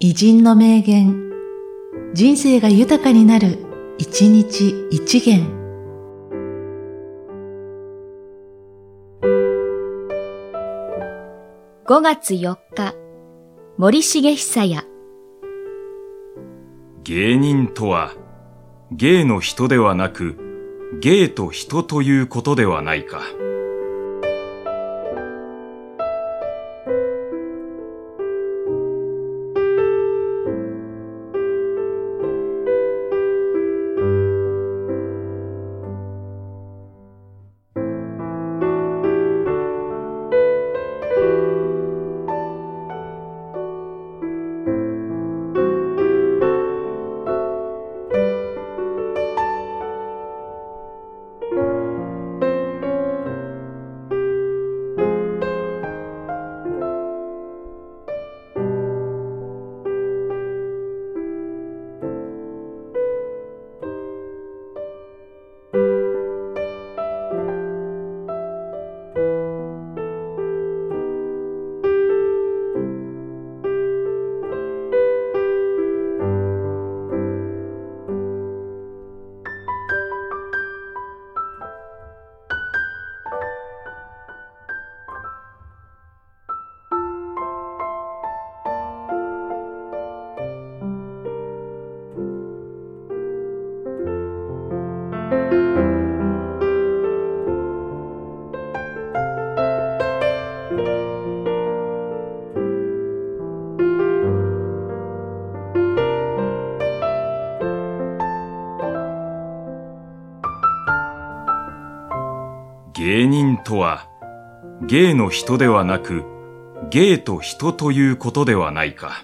偉人の名言、人生が豊かになる、一日一元。 5月4日、森重久彌。 芸人とは、芸の人ではなく、芸と人ということではないか。芸人とは、芸の人ではなく、芸と人ということではないか。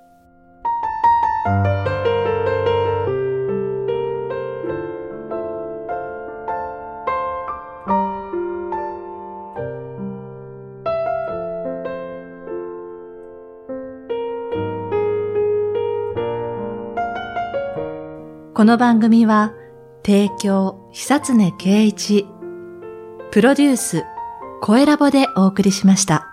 この番組は、提供、久常圭一、プロデュース、声ラボでお送りしました。